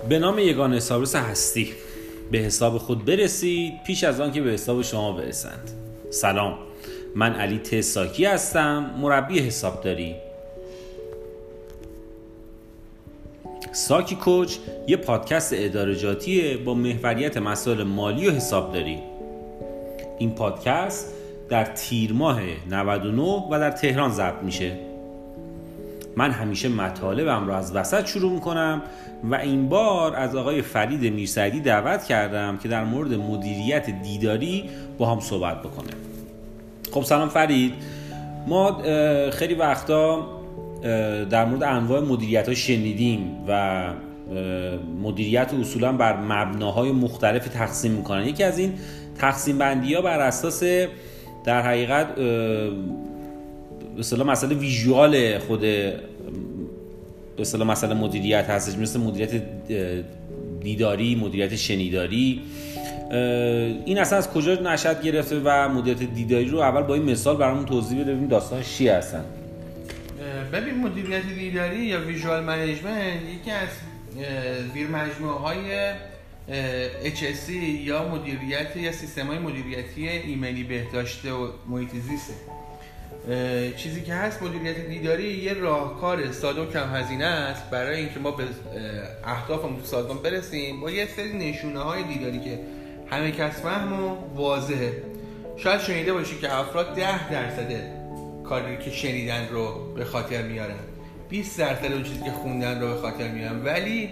به نام یگانه حسابرس هستی به حساب خود برسید پیش از آن که به حساب شما برسند. سلام، من علی تساکی هستم، مربی حسابداری. ساکی کوچ یه پادکست ادارجاتیه با محوریت مسائل مالی و حسابداری. این پادکست در تیر ماه 99 و در تهران ضبط میشه. من همیشه مطالبم رو از وسط شروع میکنم و این بار از آقای فرید میرسعیدی دعوت کردم که در مورد مدیریت دیداری با هم صحبت بکنه. خب سلام فرید، ما خیلی وقتا در مورد انواع مدیریت ها شنیدیم و مدیریت اصولا بر مبناهای مختلف تقسیم میکنن. یکی از این تقسیم بندی ها بر اساس در حقیقت مثلا مسئله ویژوال خود مثلا مدیریت هستش، مثل مدیریت دیداری، مدیریت شنیداری. این اصلا از کجا نشأت گرفته و مدیریت دیداری رو اول با این مثال برامون توضیح بده ببینیم داستانش چی هستن. ببین، مدیریت دیداری یا ویژوال منیجمنت یکی از زیر مجموعه‌های HSE یا مدیریت یا سیستم‌های مدیریتی ایمنی بهداشت و محیط زیسته. چیزی که هست مدیریت دیداری یه راهکار ساده و کم هزینه است برای اینکه ما به اهدافمون تو سازمان برسیم با یه سری نشونه‌های دیداری که همه کس فهم و واضحه. شاید شنیده باشی که افراد 10% کاری که شنیدن رو به خاطر میارن، 20% اون چیزی که خوندن رو به خاطر میارن، ولی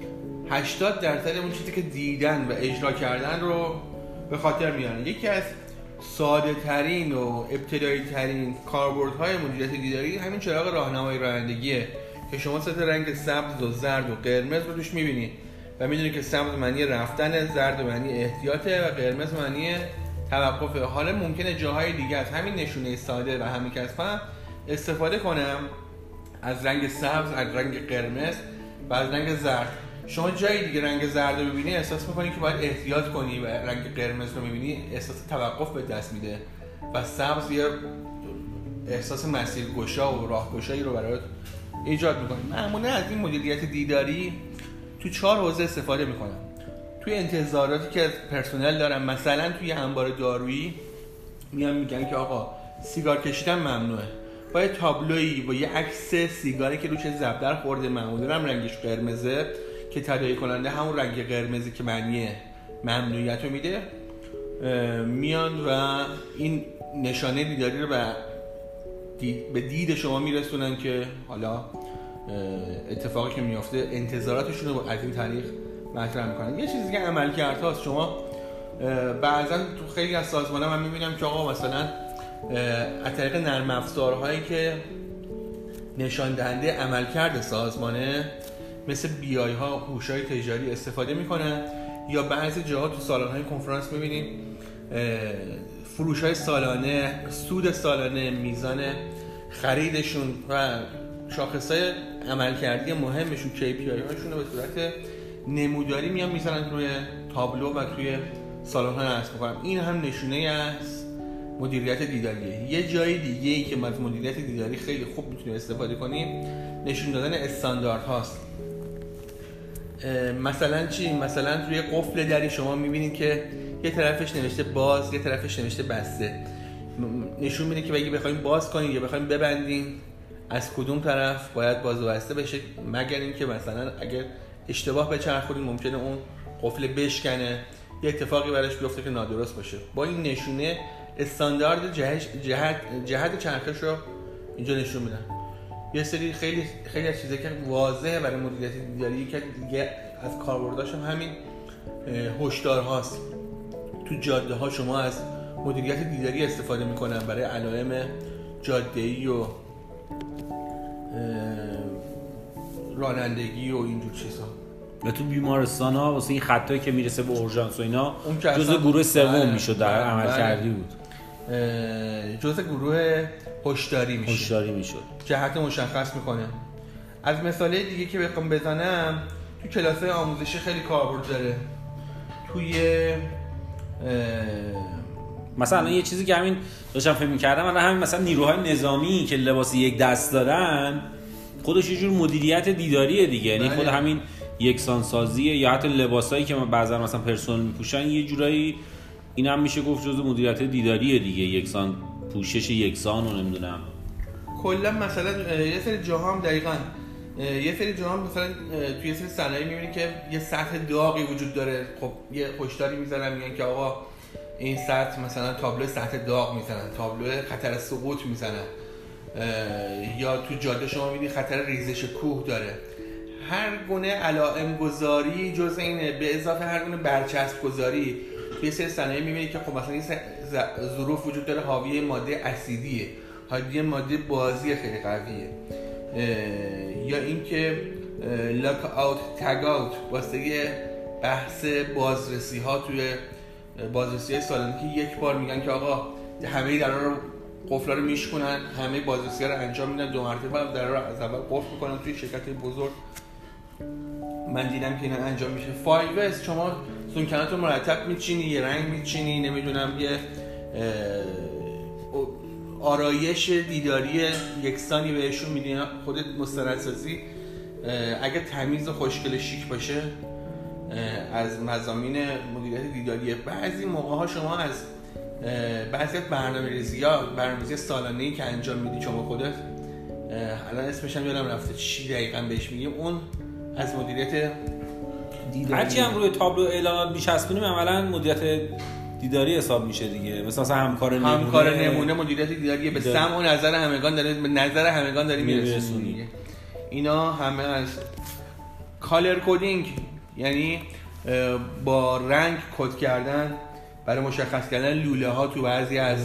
80% اون چیزی که دیدن و اجرا کردن رو به خاطر میارن. یکی از ساده ترین و ابتدایی ترین کاربردهای مدیریت دیداری همین چراغ راهنمای رانندگیه که شما سه رنگ سبز و زرد و قرمز رو توش میبینید و میدونید که سبز معنی رفتن، زرد معنی احتیاطه و قرمز معنی توقفه. حالا ممکنه جاهای دیگه از همین نشونه ساده و همین کسب استفاده کنم از رنگ سبز، از رنگ قرمز و از رنگ زرد. شما جای دیگه رنگ زرد رو ببینی احساس می‌کنی که باید احتیاط کنی و رنگ قرمز رو می‌بینی احساس توقف به دست میده و سبز یه احساس مسیرگشا و راهگشایی رو برات ایجاد می‌کنه. معمولا از این مدیریت دیداری تو 4 حوزه استفاده می‌کنم. توی انتظاراتی که پرسنل دارم، مثلا توی انبار دارویی میان میگن که آقا سیگار کشیدن ممنوعه، با یه تابلویی با یه عکس سیگاری که روش زبدر خورده، معمولا هم رنگش قرمزه که تداعی کننده همون رنگ قرمزی که معنی ممنوعیت رو میده، میان و این نشانه دیداری رو به دید شما میرسونن که حالا اتفاقی که میافته انتظاراتشون رو از این طریق مطرح میکنن. یه چیزی که عملکرد هاست. شما بعضا تو خیلی از سازمان‌ها من میبینم که آقا مثلا از طریق نرم افزارهایی که نشان دهنده عملکرد سازمانه مثل بی‌آی ها، هوش‌های تجاری استفاده میکنن، یا بعضی جاها تو سالن‌های کنفرانس میبینیم فروش‌های سالانه، سود سالانه، میزان خریدشون و شاخص‌های عملکردی مهمشون، KPI هاشون رو به صورت نموداری میان میذارن روی تابلو و توی سالن‌ها نصب میکنن. این هم نشونه از مدیریت دیداریه. یه جای دیگه‌ای که ما از مدیریت دیداری خیلی خوب میتونیم استفاده کنیم نشون دادن استانداردهاست. مثلا چی؟ مثلا روی قفل دری شما میبینید که یه طرفش نوشته باز، یه طرفش نوشته بسته. نشون میده که اگه بخوایم باز کنیم یا بخوایم ببندیم از کدوم طرف باید باز و بسته بشه، مگر اینکه مثلا اگر اشتباه بچرخونیم ممکنه اون قفل بشکنه، یه اتفاقی براش بیفته که نادرست باشه. با این نشونه استاندارد جهت چرخش رو اینجا نشون میدن. یه سری خیلی از چیزایی که واضحه برای مدیریت دیداری که دیگه از کاربرداش هم همین هشدارهاست. تو جاده ها شما از مدیریت دیداری استفاده میکنن برای علائم جاده‌ای و رانندگی و اینجور چیزها. و تو بیمارستان ها واسه این خطایی که میرسه به اورژانس و اینا جزء گروه سوم میشد در عملکردی بود، جزء گروه هشداری میشد، جهت مشخص میکنه. از مثاله دیگه که بخوام بزنم، تو کلاس‌های آموزشی خیلی کاربرد داره. توی مثلا یه چیزی که همین داشتم فکر می‌کردم، الان همین مثلا نیروهای نظامی که لباس یک دست دارن خودش یه جور مدیریت دیداریه دیگه. یعنی خود همین یکسان سازیه یا حتی لباسایی که بعضا مثلا پرسنل میپوشن یه جورایی این هم میشه گفت جزء مدیریت دیداریه دیگه، یکسان پوشش یکسان و نمیدونم کلا مثلا یه سری جاها هم دقیقاً یه سری جاها مثلا توی یه سری صنایع می‌بینی که یه سطح داغی وجود داره، خب یه هشداری میذارن میگن که آقا این سطح مثلا تابلو سطح داغ میزنن، تابلو خطر سقوط میزنن، یا تو جاده شما می‌بینی خطر ریزش کوه داره. هر گونه علائم گذاری جز اینه، به اضافه هر گونه برچسب گذاری توی سری صنایع می‌بینی که خب مثلا این ظروف وجود داره حاوی ماده اسیدیه، حاوی ماده بازی خیلی قویه، یا اینکه لاک آوت تگ آوت واسه بحث بازرسی ها توی بازرسی های سالانه که یک بار میگن که آقا همه درا رو قفلا رو میشکنن، همه بازرسی ها رو انجام میدن، 2 مرتبه درا رو از اول قفل میکنن. توی شرکت بزرگ من دیدم که اینا انجام میشه. 5S شما سونکناتو مرتب میچینی، یه رنگ میچینی، نمیدونم یه آرایش دیداری یکسانی بهشون میدین. خودت مستندسازی اگه تمیز و خوشگل شیک باشه از مضامین مدیریت دیداری، بعضی موقع ها شما از بعضی برنامه‌ریزی سالانه‌ای که انجام میدی شما خودت، الان اسمش هم یادم رفته چی دقیقاً بهش میگیم، اون از مدیریت دیداری. هرچی هم روی تابلو اعلانات میچسبونیم عملاً مدیریت دیداری حساب میشه دیگه. مثلا همکار نمونه مدیریت دیداری به سمع و نظر همگان داره، به نظر همگان داری میرسونی. اینا همه از کالر کدینگ، یعنی با رنگ کد کردن برای مشخص کردن لوله ها تو بعضی از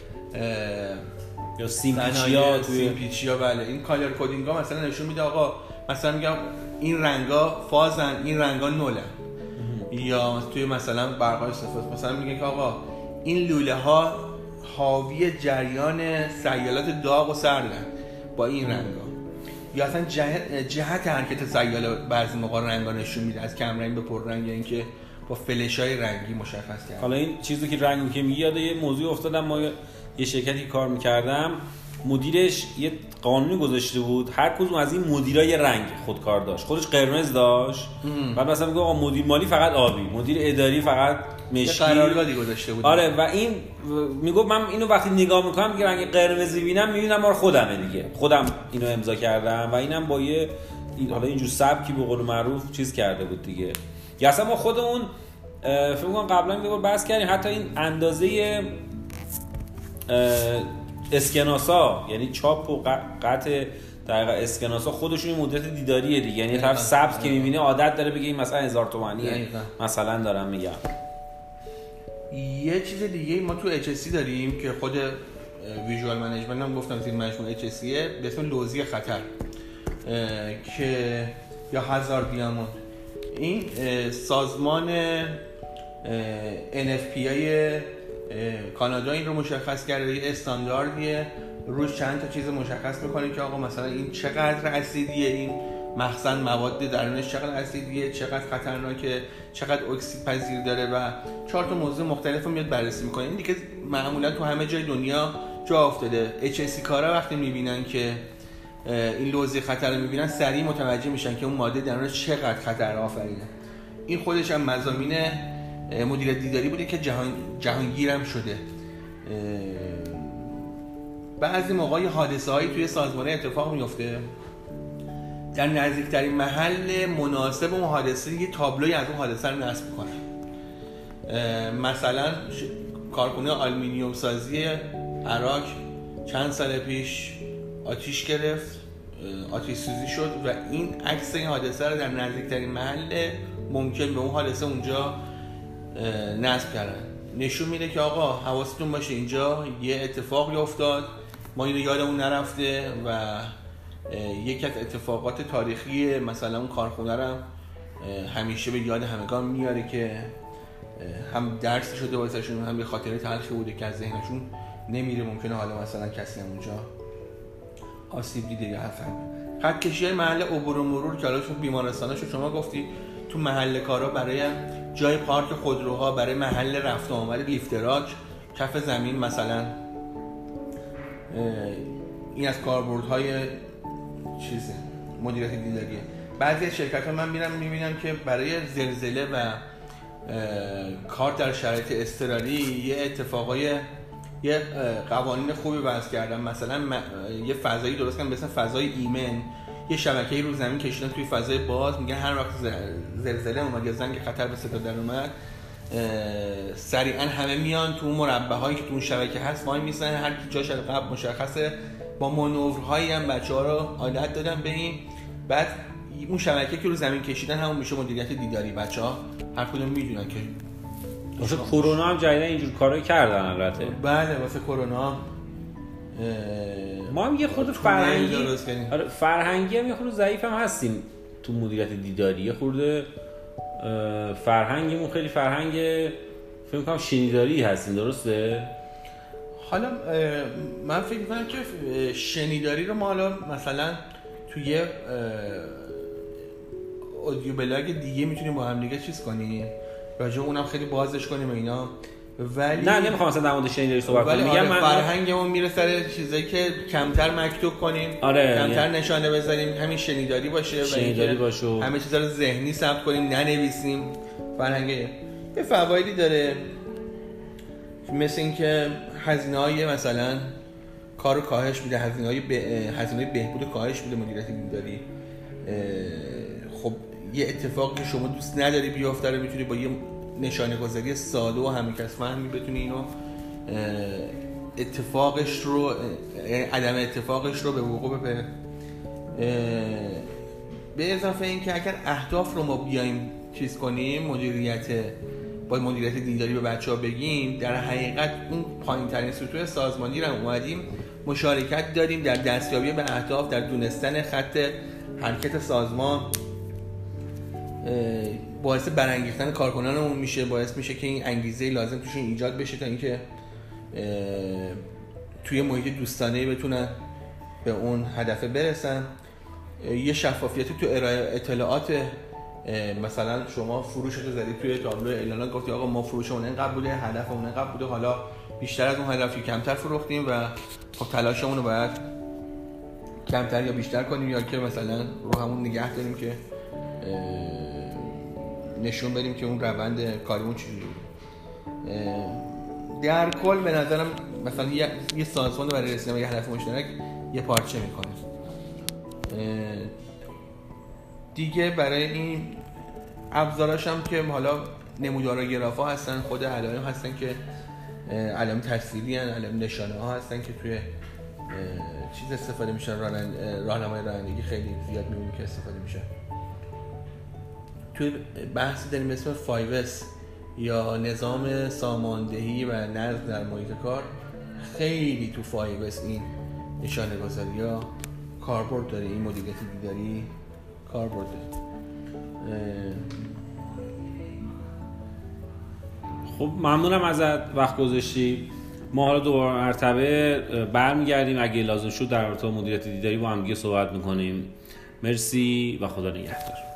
یا سیمپیچیا بله. این کالر کدینگ ها مثلا نشون میده آقا مثلا میگم این رنگا فازن، این رنگا نولن، یا توی مثلا برقای صفات مثلا میگه که آقا این لوله ها حاوی جریان سیالات داغ و سردن با این رنگا، یا اصلا جهت حرکت سیاله بعضی موقع رنگا نشون میده، از کم رنگ به پر رنگ، یا اینکه با فلشای رنگی مشخص کرده. حالا این چیزی که رنگی که میگه، یاد یه موضوع افتادم. ما یه شرکتی کار میکردم، مدیرش یه قانونی گذاشته بود هر کدوم از این مدیرای رنگ خودکار داشت، خودش قرمز داشت، بعد مثلا میگه آقا مدیر مالی فقط آبی، مدیر اداری فقط مشکی، قراردادی گذاشته بود. آره، و این میگه من اینو وقتی نگاه میکنم میگه رنگ قرمزی میبینم مال خودمه دیگه، خودم اینو امضا کردم و اینم با یه حالا اینجور سبکی به قول معروف چیز کرده بود دیگه. یا اصلا ما خودمون فکر می‌کنم قبلا یه بار بحث کردیم، حتی این اندازه اسکناسا، یعنی چاپ و قطع دقیقاً اسکناسا خودشون این مدت دیداریه دیگه، یعنی طرف ثبت که می‌بینه عادت داره بگه این مثلا 1000 تومانیه مثلا، دارم میگم. یه چیز دیگه ما تو HSC داریم که خود ویژوال منیجمنت هم گفتم زیر مجموعه HSC به اسم لوزی خطر که یا هزار دیاموند. این سازمان NFPA کانادا این رو مشخص کرده، یه استانداردیه، روش چند تا چیز مشخص میکنه که آقا مثلا این چقدر اسیدیه، این مخزن مواد درونش چقدر اسیدیه، چقدر خطرناکه، چقدر اکسید پذیر داره و 4 تا موضوع مختلف رو میاد بررسی میکنه. این دیگه معمولا تو همه جای دنیا جا افتاده. HSC کارا وقتی میبینن که این لوزی خطر رو میبینن سریع متوجه میشن که اون ماده درونش چقدر خطر آفرینه. این خودش هم مضامین مدیریت دیداری بوده که جهانگیرم شده. بعضی موقع حادثه هایی توی سازمان اتفاق میفته، در نزدیکترین محل مناسب اون حادثه یه تابلوی از اون حادثه رو نصب میکنن. مثلا کارخونه آلومینیوم سازی عراق چند سال پیش آتیش گرفت، آتش سوزی شد و این عکس این حادثه رو در نزدیکترین محل ممکن به اون حادثه اونجا نصب کردن. نشون میده که آقا حواستون باشه اینجا یه اتفاقی افتاد، ما اینو یادمون نرفته و یکی از اتفاقات تاریخی مثلا اون کارخونه رو همیشه به یاد همگان میاره که هم درس شده واسهشون، هم به خاطر تلخی بوده که از ذهنشون نمیره. ممکنه حالا مثلا کسی هم اونجا آسیب دیده یا خط کشی محل عبور و مرور که حالا بیمارستاناشو شما گفتی، تو محل کارا برای جای پارک خودروها، برای محل رفت و آمد لیفتراک کف زمین مثلا، این از کاربردهای چیزه مدیریت دیداریه. بعضی از شرکت‌ها من می‌بینم که برای زلزله و کار در شرایط اضطراری یه قوانین خوبی وضع کردن. مثلا یه فضایی درست کردن به اسم فضای ایمن، یه شبکه‌ای رو زمین کشیدن توی فضای باز. میگن هر وقت زلزله اومد یا زنگ خطر به صدا در اومد، سریعا همه میان تو اون مربع‌هایی که تو اون شبکه هست وای میسن، هر کی جاش قبل مشخصه. با مانورهایی هم بچه‌ها رو عادت دادن به این. بعد اون شبکه که رو زمین کشیدن همون میشه مدیریت دیداری. بچه‌ها هر کدوم میدونن که واسه کرونا هم جدیدا اینجور کارا کردن. البته بله واسه کرونا ما هم یه خورده فرهنگی هم یه خورده ضعیف هم هستیم تو مدیریت دیداری. یه خورده فرهنگمون خیلی فرهنگ فکر کنم شنیداری هستیم، درسته؟ حالا من فکر می‌کنم که شنیداری رو ما حالا مثلا توی اودیو بلاگ دیگه میتونیم با هم دیگه چیز کنیم، راجع اونم خیلی بازش کنیم اینا. ولی نه نمیخوام مثلا در مورد شنیداری صحبت کنم. میگم من فرهنگمون میره سر چیزایی که کمتر مکتوب کنیم، کمتر نشانه بذاریم، همین شنیداری باشه و همه چیزا رو ذهنی ثبت کنیم، ننویسیم. فرهنگ یه فوایدی داره، مثل اینکه هزینه‌های مثلا کارو کاهش میده، هزینه‌های بهبود کاهش میده مدیریت دیداری. خب یه اتفاقی که شما دوست نداری بیفته رو میتونی با یه نشانه گذاری ساده و همکس فهمی بتونی اینو عدم اتفاقش رو به وقوع ببره. به اضافه این که اگر اهداف رو ما بیایم چیز کنیم، با مدیریت دیداری به بچه‌ها بگیم، در حقیقت اون پایین‌ترین سطوح سازمانی رو اومدیم مشارکت داریم در دستیابی به اهداف، در دونستن خط حرکت سازمان، باعث برانگیختن کارکنانمون میشه، باعث میشه که این انگیزه لازم توشون ایجاد بشه تا اینکه توی محیط دوستانه‌ای بتونن به اون هدف برسن. یه شفافیتی تو ارائه اطلاعات، مثلا شما فروشتو زدی توی تابلو اعلانات، گفتی آقا ما فروشمون اینقدر بوده، هدفمون اینقدر بوده، حالا بیشتر از اون هدفی کمتر فروختیم و خب تلاشمون رو باید کمتر یا بیشتر کنیم، یا که مثلا رو همون نگه داریم که نشون بدیم که اون روند کاریمون چجوریه. در کل به نظرم مثلا یه سازمان برای رسیدن به یه هدف مشترک یه پارچه میکنه. دیگه برای این ابزاراش هم که حالا نمودارها گرافا هستن، خود علائم هستن که علائم تصویری هستن، علائم نشانه ها هستن که توی چیز استفاده میشن، راهنمای رانندگی خیلی زیاد میبینیم که استفاده میشه. توی بحثی داریم اسم 5S یا نظام ساماندهی و نظم در محیط کار. خیلی تو 5S این نشانه گذاری ها کاربرد داره، این مدیریت دیداری کاربرد داره. خب ممنونم ازت، وقت گذاشتی. ما حالا دوباره مرتبه برمیگردیم، اگه لازم شد در رابطه با مدیریت دیداری با هم دیگه صحبت میکنیم. مرسی و خدا نگهدار.